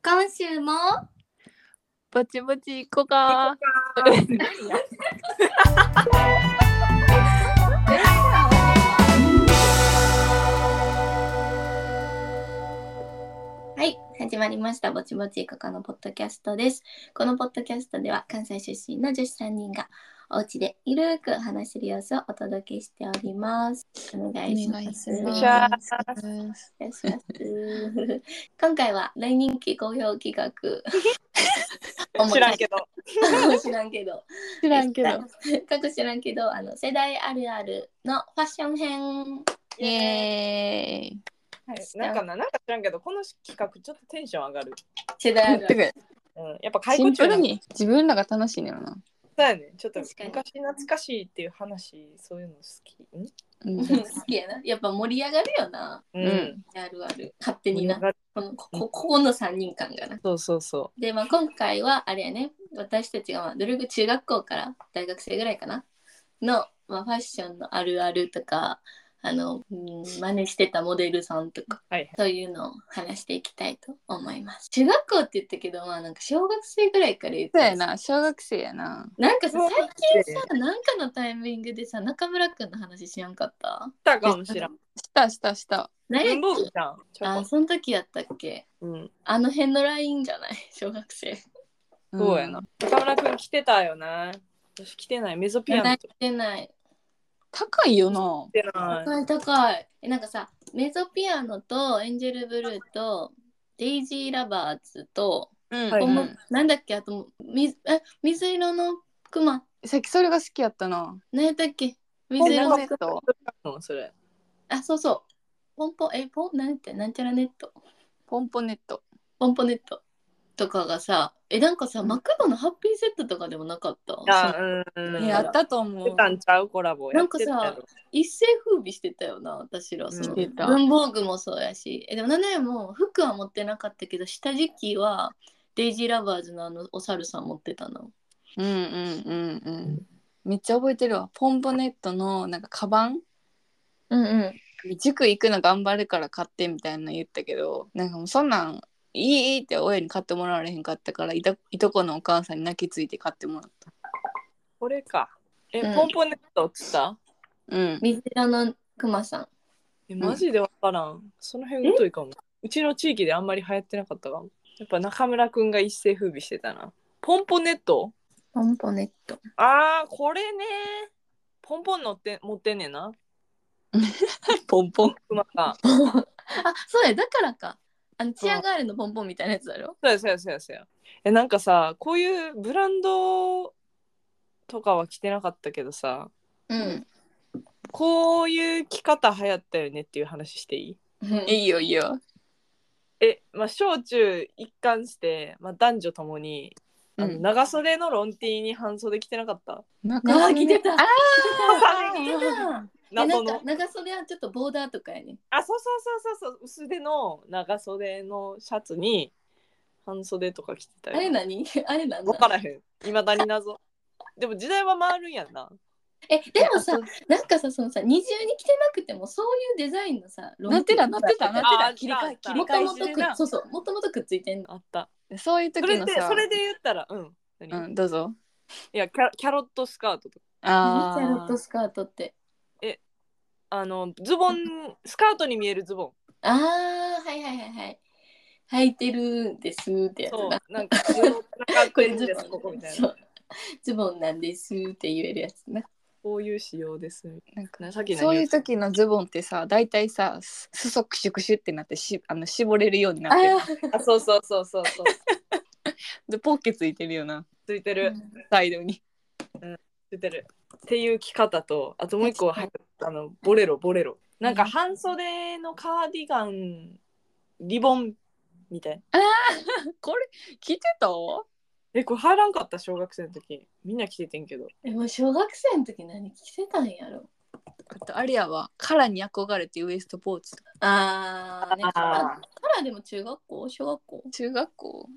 今週もぼちぼち行こうか。 はい、始まりましたぼちぼちいこかのポッドキャストです。このポッドキャストでは関西出身の女子3人がお家でゆるく話している様子をお届けしております。お願いします。今回は大人気好評企画知らんけど知らんけど世代あるあるのファッション編。 イエーイ。はい、なんか知らんけどこの企画ちょっとテンション上がる。 世代あるある、 やっぱシンプルに自分らが楽しいのよな。 そうやね。ちょっと昔懐かしいっていう話、そういうの好き。 好きやな。やっぱ盛り上がるよな。あるある。勝手にな。ここの3人間がな。 そう。 で、今回はあれやね。私たちがどれぐらい中学校から大学生ぐらいかなの、ファッションのあるあるとか、真似してたモデルさんとか、そういうのを話していきたいと思います。中学校って言ったけど、なんか小学生ぐらいから言ってそうやな、小学生やな。 なんかさ、最近さ、なんかのタイミングでさ、中村くんの話しやんかった？ したかもしらん。 した。 何やっけ？その時やったっけ？あの辺のラインじゃない？小学生。 そうやな。中村くん来てたよな。私来てない。メゾピアノ。 来てない。 高いよな。 高い。なんかさ、メゾピアノとエンジェルブルーとデイジーラバーズと、なんだっけ、あと水色のクマ。 さっきそれが好きやったな。 何やったっけ？水色のネット。 それ。 そうそう。なんちゃらネット。 ポンポネットとかがさ、なんかさ、マクドのハッピーセットとかでもなかった？ やったと思う。 コラボなんかさ、一世風靡してたよな、私ら。文房具もそうやし。でも何年も服は持ってなかったけど、下敷きはデイジーラバーズのお猿さん持ってたの。 めっちゃ覚えてるわ。ポンポネットのなんかカバン。塾行くの頑張るから買ってみたいなの言ったけど、なんかもうそんなんいいって親に買ってもらわれへんかったから、いとこのお母さんに泣きついて買ってもらった。 これか。ポンポネットっつった？ 水色のクマさん。マジでわからん。その辺疎いかも。うちの地域であんまり流行ってなかったかも。やっぱ中村くんが一世風靡してたな。ポンポネット？ ポンポネット。 これね。ポンポン持ってんねんな。 ポンポン。 そうや、だからか。チアガールのポンポンみたいなやつだろ。 そうや。なんかさ、こういうブランドとかは着てなかったけどさ、こういう着方流行ったよねっていう話していい？ いいよ。 小中一貫して、男女ともに長袖のロンティーに半袖着てなかった？ 着てた。 謎の長袖はちょっとボーダーとかやね。 そう薄手の長袖のシャツに半袖とか着てたよ。 あれ何分からへん。未だに謎。でも時代は回るんやんな。 でもさ、なんかさ、そのさ、二重に着てなくてもそういうデザインのさ、 なってた切り替えもともとくっついてんの。 あった。 そういう時のさ、 それで言ったらどうぞ。 いやキャロットスカートとか。 何キャロットスカートって？ ズボン、スカートに見えるズボン。 はい履いてるんですってやつだ。なんかこれズボンここみたいな。 ズボンなんですって言えるやつな。 こういう仕様です。 そういう時のズボンってさ、だいたいさ、裾クシュクシュってなって絞れるようになってる。 そうでポッケついてるよな。 ついてる。 サイドに。 ついてる。っていう着方と、あともう一個はボレロ。なんか半袖のカーディガンリボンみたいな。 これ着てた？ これ入らんかった？小学生の時みんな着ててんけど。 もう小学生の時何着てたんやろ。 あれやわ、カラに憧れてウエストポーツ。 カラでも中学校？小学校？ 小学校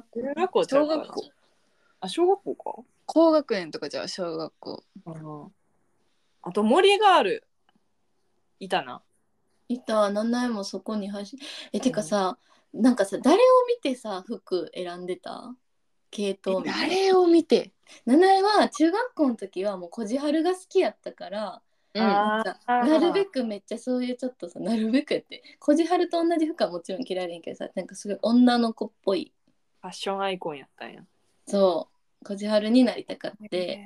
か。 高学年とかじゃ小学校。 あと森ガールいたな。 いた。何年もそこにてかさ、 なんかさ、誰を見てさ服選んでた系統みたいな。 誰を見て。 七重は中学校の時はもうこじはるが好きやったから、なんかなるべくめっちゃそういうちょっとさ、なるべくやってこじはると同じ服はもちろん着られんけどさ、なんかすごい女の子っぽい、 ファッションアイコンやったんや。 そうこじはるになりたかって、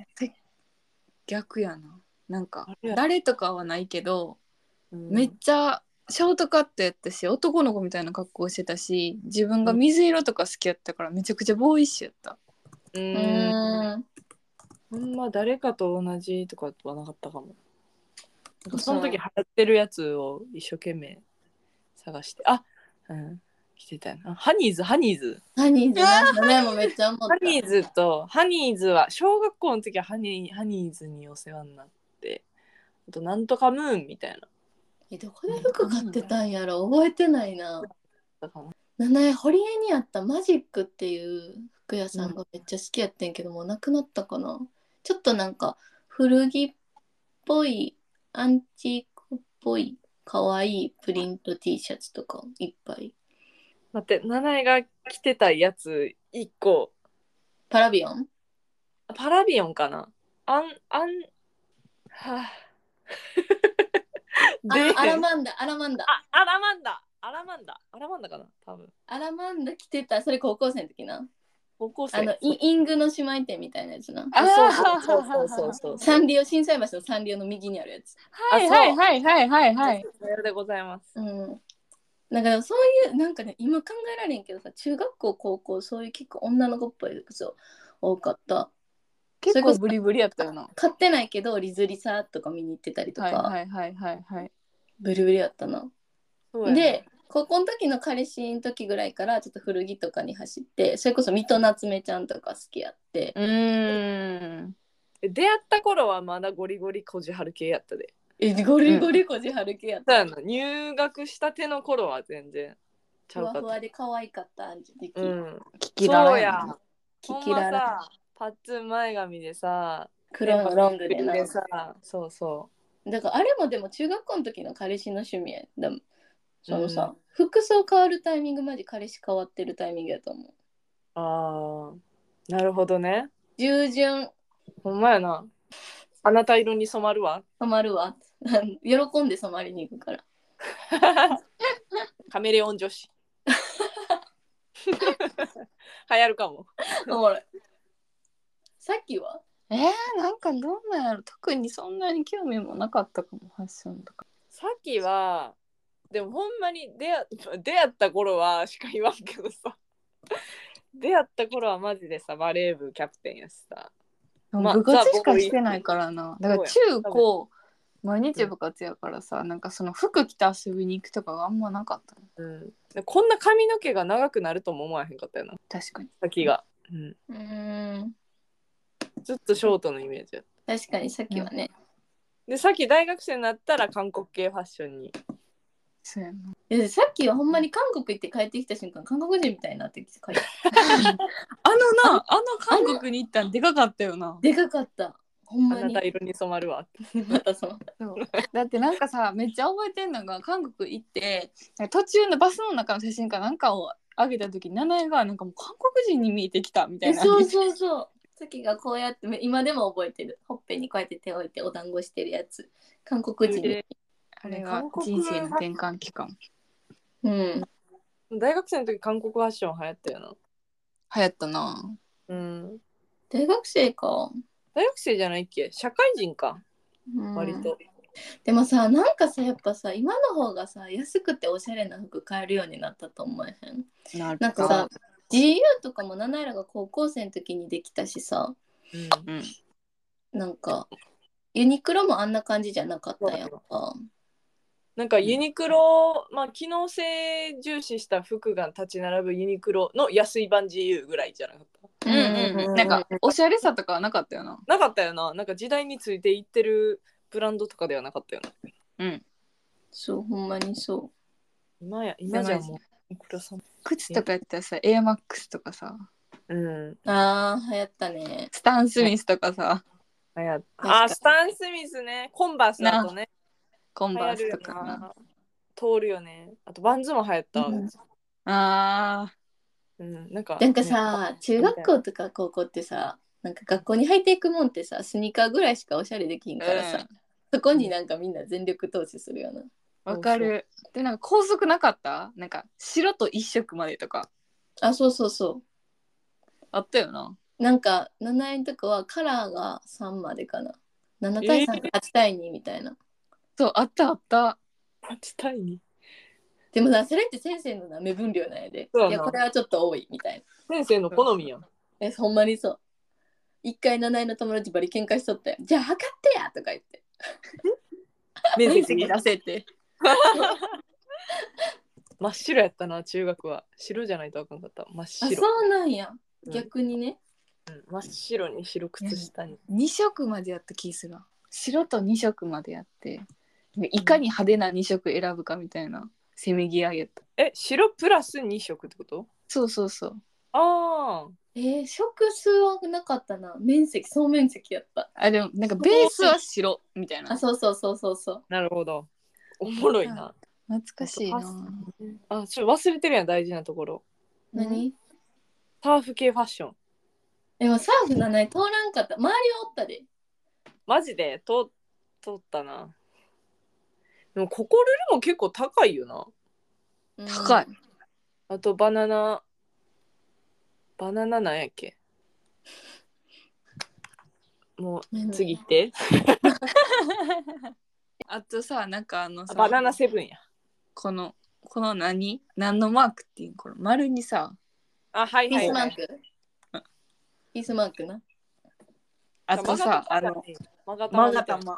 逆やな。なんか誰とかはないけど、 うん、 めっちゃショートカットやったし、男の子みたいな格好してたし、自分が水色とか好きやったからめちゃくちゃボーイッシュやった。 ほんま誰かと同じとかはなかったかも。なんかその時流行ってるやつを一生懸命探して、着てたよな。ハニーズハニーズね、もうめっちゃ思った。 ハニーズは小学校の時はハニーズにお世話になって、あとなんとかムーンみたいな。 どこで服買ってたんやろ、覚えてないな。七重堀江にあったマジックっていう服屋さんがめっちゃ好きやってんけど、もうなくなったかな。ちょっとなんか古着っぽいアンチークっぽい可愛いプリント T シャツとかいっぱい。 待って、七重が着てたやつ1個。 パラビオンかな。はぁアラマンダかな多分。アラマンダ着てた、それ高校生の時な。 高校生。 イングの姉妹店みたいなやつな。 そう。 サンリオ、心斎橋のサンリオの右にあるやつ。 はい。 さようでございます。 だからそういうなんかね、今考えられんけどさ、中学校高校そういう結構女の子っぽい服装多かった。 結構ブリブリやったよな。 買ってないけどリズリサとか見に行ってたりとか、ブリブリやったな。で高校の時の彼氏の時ぐらいからちょっと古着とかに走って、それこそ水戸夏目ちゃんとか好きやって。 出会った頃はまだゴリゴリこじはる系やったで。 ゴリゴリこじはる系やった。 入学したての頃は全然ちゃうかった。ふわふわで可愛かった時期。 キキララやな。キキララ。パッツン前髪でさ、 黒のロングでな。 そう。 だからあれもでも中学校の時の彼氏の趣味や。そのさ、服装変わるタイミングマジ彼氏変わってるタイミングやと思う。 ああ、なるほどね。 従順。 ほんまやな。あなた色に染まるわ。 喜んで染まりに行くから。 カメレオン女子。流行るかも。 おもろい。さっきはなんかどうなんやろ、特にそんなに興味もなかったかも、ファッションとか。 さっきはでもほんまに出会った頃はしか言わんけどさ、出会った頃はマジでさバレー部キャプテンやしさ、 部活しかしてないからな。だから中高毎日部活やからさ、なんかその服着て遊びに行くとかがあんまなかった、 こんな髪の毛が長くなるとも思わへんかったよな。 確かに先が、ずっとショートのイメージやった。 確かにさっきはね、 でさっき大学生になったら韓国系ファッションに。 そうやな。 さっきはほんまに韓国行って帰ってきた瞬間韓国人みたいになってきて帰って韓国に行ったんでかかったよな。 でかかった。ほんまに。 あなた色に染まるわ。 またそうだってなんかさ、めっちゃ覚えてんのが、韓国行って途中のバスの中の写真かなんかを上げた時に、七重がなんかもう韓国人に見えてきたみたいな。 そうさっきがこうやって今でも覚えてる。ほっぺにこうやって手を置いてお団子してるやつ。韓国人。 あれが人生の転換期間。 大学生の時韓国ファッション流行ったよな。 流行ったな。 大学生か。 大学生じゃないっけ？社会人か。割と。 でもさ、なんかさ、やっぱさ、今の方がさ、安くておしゃれな服買えるようになったと思えへん？なんかさ、GU とかも七重らが高校生の時にできたしさ、なんかユニクロもあんな感じじゃなかったやんか。 なんかユニクロ、機能性重視した服が立ち並ぶユニクロの安い版 GU ぐらいじゃなかった？ なんかおしゃれさとかはなかったよな。 なかったよな。なんか時代についていってるブランドとかではなかったよな。 そう、ほんまにそう。 今じゃもうユニクロさん。 靴とかやったらさ、エアマックスとかさ。 流行ったね。 スタン・スミスとかさ。 スタン・スミスね。コンバースだとね。 コンバースとかな。 通るよね。あとバンズも流行った。 あなんか、 なんかさ、中学校とか高校ってさ、なんか学校に入っていくもんってさ、スニーカーぐらいしかおしゃれできんからさ、そこになんかみんな全力投資するよな。 わかる。で、なんか校則なかった？なんか白と一色までとかあ、そうそうそあったよな。 う。なんか7円とかはカラーが3までかな。7対3か8対2みたいな。 そう、あったあった。 8対2。 でもな、それって先生のな目分量なんやで。 そうやな。 いや、これはちょっと多いみたいな。 先生の好みやん。 ほんまにそう。一回7円の友達バリ喧嘩しとったよ。じゃあ測ってやとか言って。面積出せて。 真っ白やったな、中学は。白じゃないとあかんかった。真っ白。 あ、そうなんや。逆にね。 真っ白に白靴下に。 2色までやった気するわ。白と2色までやって、いかに派手な2色選ぶかみたいなせめぎ合いやった。 白プラス2色ってこと？ そうそうそう。 ああ。 色数はなかったな。面積、総面積やった。 あ、でもなんかベースは白みたいな。 あ、そうそうそうそうそう。 なるほど。おもろいな。 懐かしいな。 ちょっと忘れてるやん、大事なところ。 何？ サーフ系ファッション。 でもサーフがない、通らんかった。周りはおったで。 マジで通ったな。でもココルルも結構高いよな。 高い。 あとバナナなんやっけ？もう次行って。 あとさ、なんかさ、 バナナセブンや。 この何のマークっていうこの丸にさ、 はいはいはい。 ピースマーク。ピースマークな。 あとさ、 マガタマ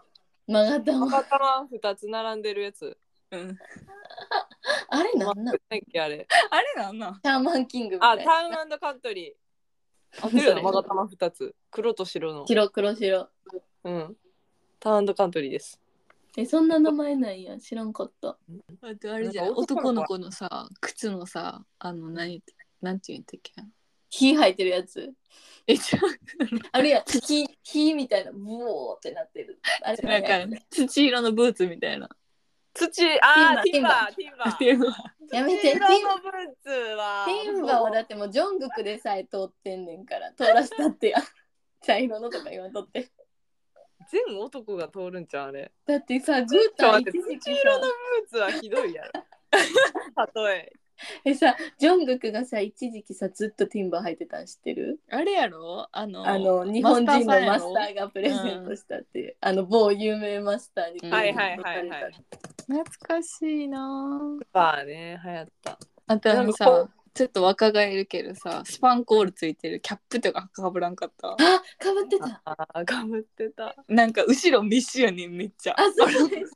2つ並んでるやつ。 あれなんなん？ あれなんなん？ シャーマンキングみたいな。 タウン&カントリー。あってるよな、マガタマ2つ。黒と白の。 黒。 タウン&カントリーです。 そんな名前なんや。知らんかった。 あとあれじゃない、男の子のさ、靴のさ、なんて言うんだっけ？ 火入ってるやつ。 ちょあるいは火みたいな、ブオーってなってる。あれなんか土色のブーツみたいな。 ティンバー。 やめて、 土色のブーツは。 ティンバーはだってもうジョングクでさえ通ってんねんから、通らしたってや。茶色のとか言わんとって。 全男が通るんちゃうあれ。 だってさ、グータン一時期土色のブーツはひどいやろ。例え。 さ、ジョングクがさ、一時期さ、ずっとティンバー履いてたん知ってる？ あれやろ？ 日本人のマスターがプレゼントしたっていう、某有名マスターに。 はい。 懐かしいな。 バーね、流行った。 あとさ、ちょっと若返るけどさ、スパンコールついてるキャップとかかぶらんかった？ あ、かぶってた。 かぶってた。 なんか後ろメッシュやねん、めっちゃ。 そうです。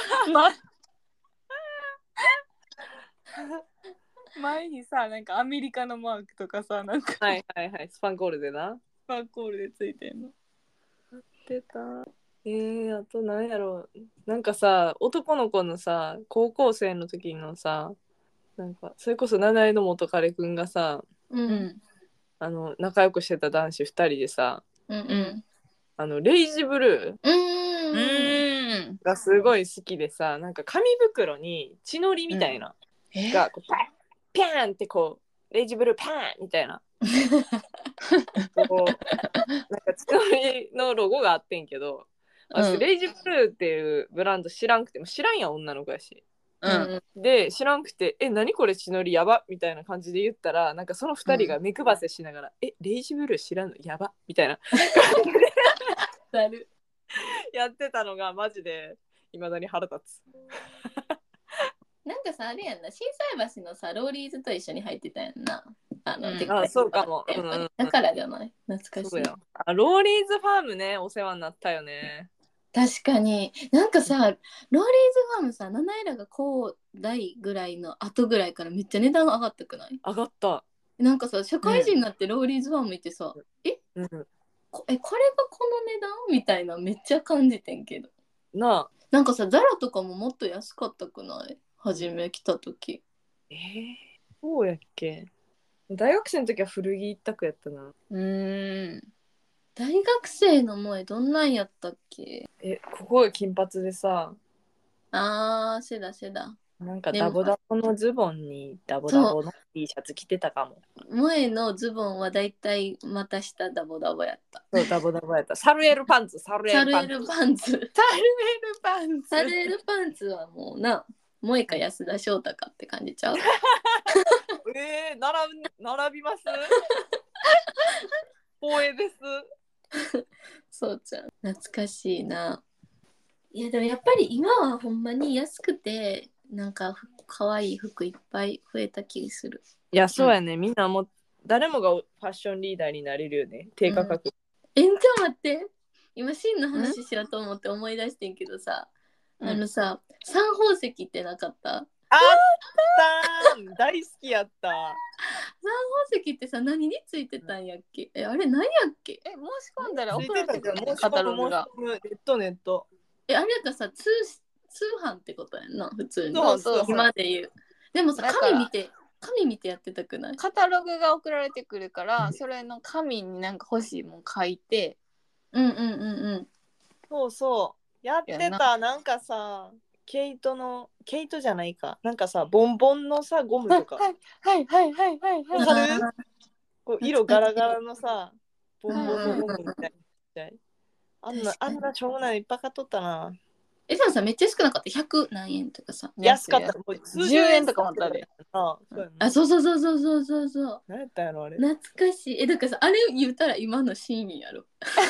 前にさ、なんかアメリカのマークとかさ、なんかスパンコールでな。 スパンコールでついてんの。 出た。あと何やろう。なんかさ、男の子のさ、高校生の時のさ、なんかそれこそ七重の元彼くんがさ、仲良くしてた男子2人でさ、レイジブルーがすごい好きでさ、なんか紙袋に血のりみたいな、がこうピャーンってこうレイジブルーパーンみたいなこうなんか血のりのロゴがあってんけど、私レイジブルーっていうブランド知らんくても、知らんやん女の子やし、で知らんくて何これ血のりやばみたいな感じで言ったら、なんかその2人が目くばせしながら、レイジブルー知らんのやばみたいな感じでやってたのがマジで未だに腹立つ。 なんかさ、あれやんな、心斎橋のさ、ローリーズと一緒に入ってたやんな。 そうかも。 だからじゃない？懐かしい。 ローリーズファームね、お世話になったよね。 確かに。なんかさ、ローリーズファームさ、七重らが高大ぐらいの後ぐらいからめっちゃ値段上がったくない？ 上がった。 なんかさ、社会人になってローリーズファーム行ってさ、これがこの値段みたいなめっちゃ感じてんけど。なんかさ、ザラとかももっと安かったくない？初め来た時。 そうやっけ？大学生の時は古着一択やったな。 大学生の萌えどんなんやったっけ？ ここが金髪でさ、 せだなんかダボダボのズボンにダボダボの T シャツ着てたかも。 萌えのズボンはだいたい股下ダボダボやった。 そう、ダボダボやった。サルエルパンツ、サルエサルエルパンツ。 ルパンツ。 サルエルパンツ。 サルエルパンツはもうな、萌えか安田翔太かって感じちゃう？ 並びます光栄です。 そうちゃん。懐かしいな。いやでもやっぱり今はほんまに安くて、なんか可愛い服いっぱい増えた気がする。 いや、そうやね。みんなもう、誰もがファッションリーダーになれるよね。低価格。 じゃあ待って。今、真の話しようと思って思い出してんけどさ、三宝石ってなかった？ あったー大好きやった。 三宝石ってさ、何についてたんやっけ？あれ何やっけ？ 申し込んだら送られてくるね、カタログが。 ネット。 あれがさ、通販ってことやんな、普通に。 そう今で言う。でもさ、紙見てやってたくない？ カタログが送られてくるから、それの紙になんか欲しいもん書いて。 そうそう。やってた。なんかさ、毛糸じゃないか。なんかさ、ボンボンのさ、ゴムとか。 はいわかる？こう色ガラガラのさ、ボンボンのゴムみたいな。あんなしょうもないいっぱい買っとったな。 でもさ、めっちゃ安くなかった？100何円とかさ。 安かった。もう 10円とかもあったで。 そう。 何やったんやろあれ。 懐かしい。だからさ、あれ言ったら今のシーンやろ。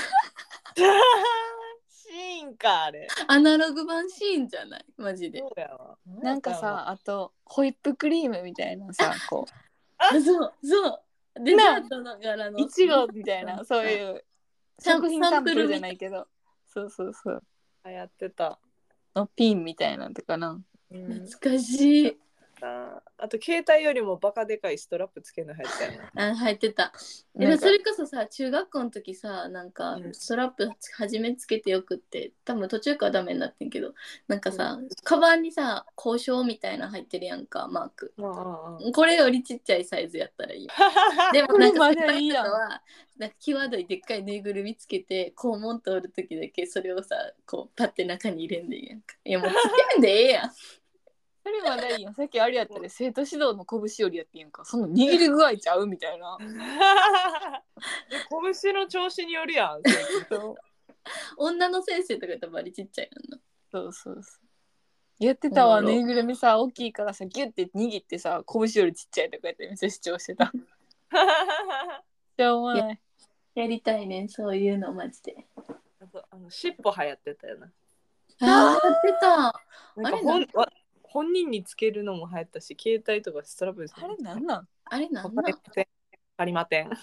シーンか、あれ。 アナログ版シーンじゃない？マジで。 そうやわ。 なんかさ、あとホイップクリームみたいなさ、こう。そう。デザートの柄の。 いちごみたいな、そういう食品サンプルじゃないけど。そう。 流行ってた。 のピンみたいなのとかな。 懐かしい。 あと携帯よりもバカでかいストラップつけるの入ってたよな。 入ってた。それこそさ、中学校の時さ、なんかストラップ初めつけてよくって、多分途中からダメになってんけど、なんかさ、カバンにさ、交渉みたいな入ってるやんか、マーク。これよりちっちゃいサイズやったらいい。でもなんか先輩とかは、なんか際どいでっかいぬいぐるみつけて、肛門通る時だけそれをさ、こうパッて中に入れんでいいやんか。いやもうつけんでええやん。 それまだいいよ。さっきあれやったら生徒指導の拳よりやってんやんか。その握り具合ちゃうみたいな。 拳の調子によるやん。 女の先生とかやったらバリちっちゃいやんな。 そう。やってたわ。ぬいぐるみさ、大きいからさ、ギュッて握ってさ、拳よりちっちゃいとかやってめっちゃ主張してた。しょうもない。 やりたいねん、そういうのマジで。 あと尻尾流行ってたよな。 やってた。 本人につけるのも流行ったし、携帯とかストラップです。 あれなんなん？ ありません。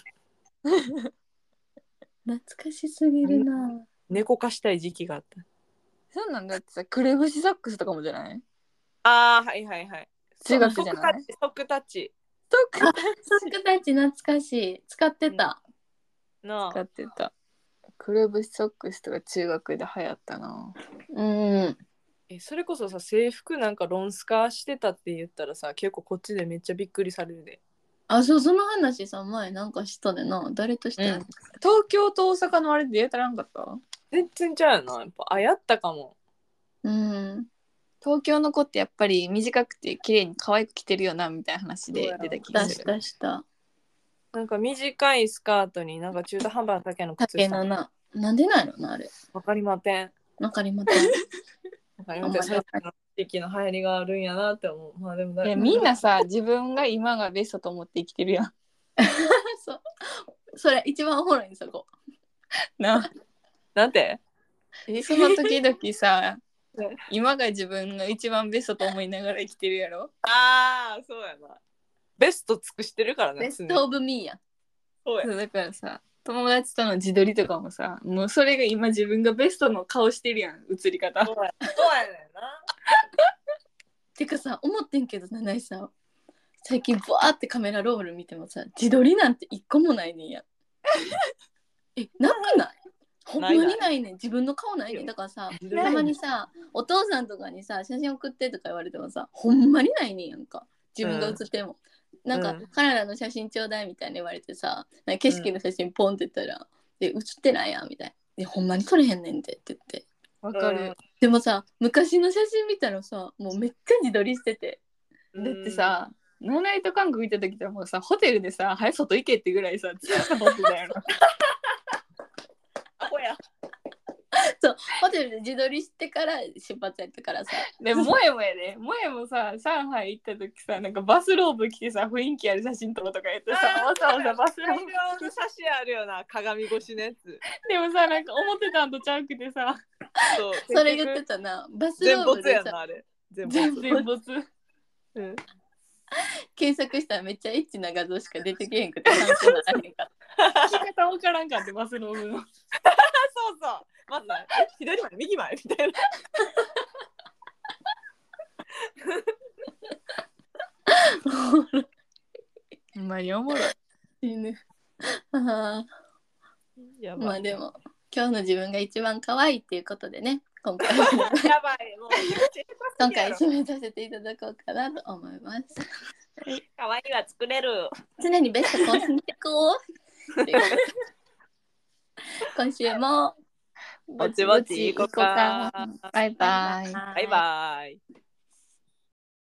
懐かしすぎるな。 猫化したい時期があった。 そうなんだってさ、クレブシサックスとかもじゃない？ はい。 中学じゃない？ ソックタッチ懐かしい。使ってた。 使ってた。クレブシソックスとか中学で流行ったな。 それこそさ、制服なんかロンスカーしてたって言ったらさ、結構こっちでめっちゃびっくりされるで。 そう、その話さ、前なんかしたでな。誰として東京と大阪のあれでやったらんかった？ 全然ちゃうよな。やっぱやったかも。 東京の子ってやっぱり短くて綺麗に可愛く着てるよなみたいな話で出た気がする。 した。 なんか短いスカートになんか中途半端な丈の靴下。 なんでないのなあれ。 わかりません。 それの時の流行りがあるんやなって思う。でもみんなさ、自分が今がベストと思って生きてるやん。 そう。それ一番おもろいんそこ。 なんて？ その時々さ、今が自分が一番ベストと思いながら生きてるやろ。 そうやな。ベスト尽くしてるからね。 ベストオブミーやん。 そうや。 だからさ、友達との自撮りとかもさ、もうそれが今自分がベストの顔してるやん、映り方。 そうやねんな。 てかさ、思ってんけどな、ないさ、最近バーってカメラロール見てもさ、自撮りなんて一個もないねんや。なくない？ほんまにないねん。自分の顔ないねん。だからさ、たまにさ、お父さんとかにさ、写真送ってとか言われてもさ、ほんまにないねんやんか。自分が写っても。なんか、カナダの写真ちょうだいみたいに言われてさ、なんか景色の写真ポンって言ったら、写ってないやんみたいな。ほんまに撮れへんねんって言って。 わかる。 でもさ、昔の写真見たらさ、もうめっちゃ自撮りしてて。 だってさ、 ナイト韓国行った時ってもうさホテルでさ早く外行けってぐらいさずっとホテルだよな。 アホや。 そうホテルで自撮りしてから出発やったからさ。 でもえもやでもえもさ上海行った時さなんかバスローブ着てさ雰囲気ある写真撮ろうとか言ってさわざわざバスローブの写真あるよな、鏡越しのやつ。 でもさなんか思ってたんとちゃうくてさそうそれ言ってたな。バス全ローブでさ没やんな、あれ。全没。 全没。 うん。 検索したらめっちゃエッチな画像しか出てけへんくて参考にならへんかった。 聞き方わからんかってバスローブの。 そうそう。まずは左前右前みたいな。 ほんまにおもろい。 死ぬ。あやばい。 まあでも今日の自分が一番可愛いっていうことでね、今回やばい。もう今回締めさせていただこうかなと思います。 可愛いは作れる。 常にベスト更新してこう。今週もぼちぼち行こうか。 バイバイ。 バイバイ。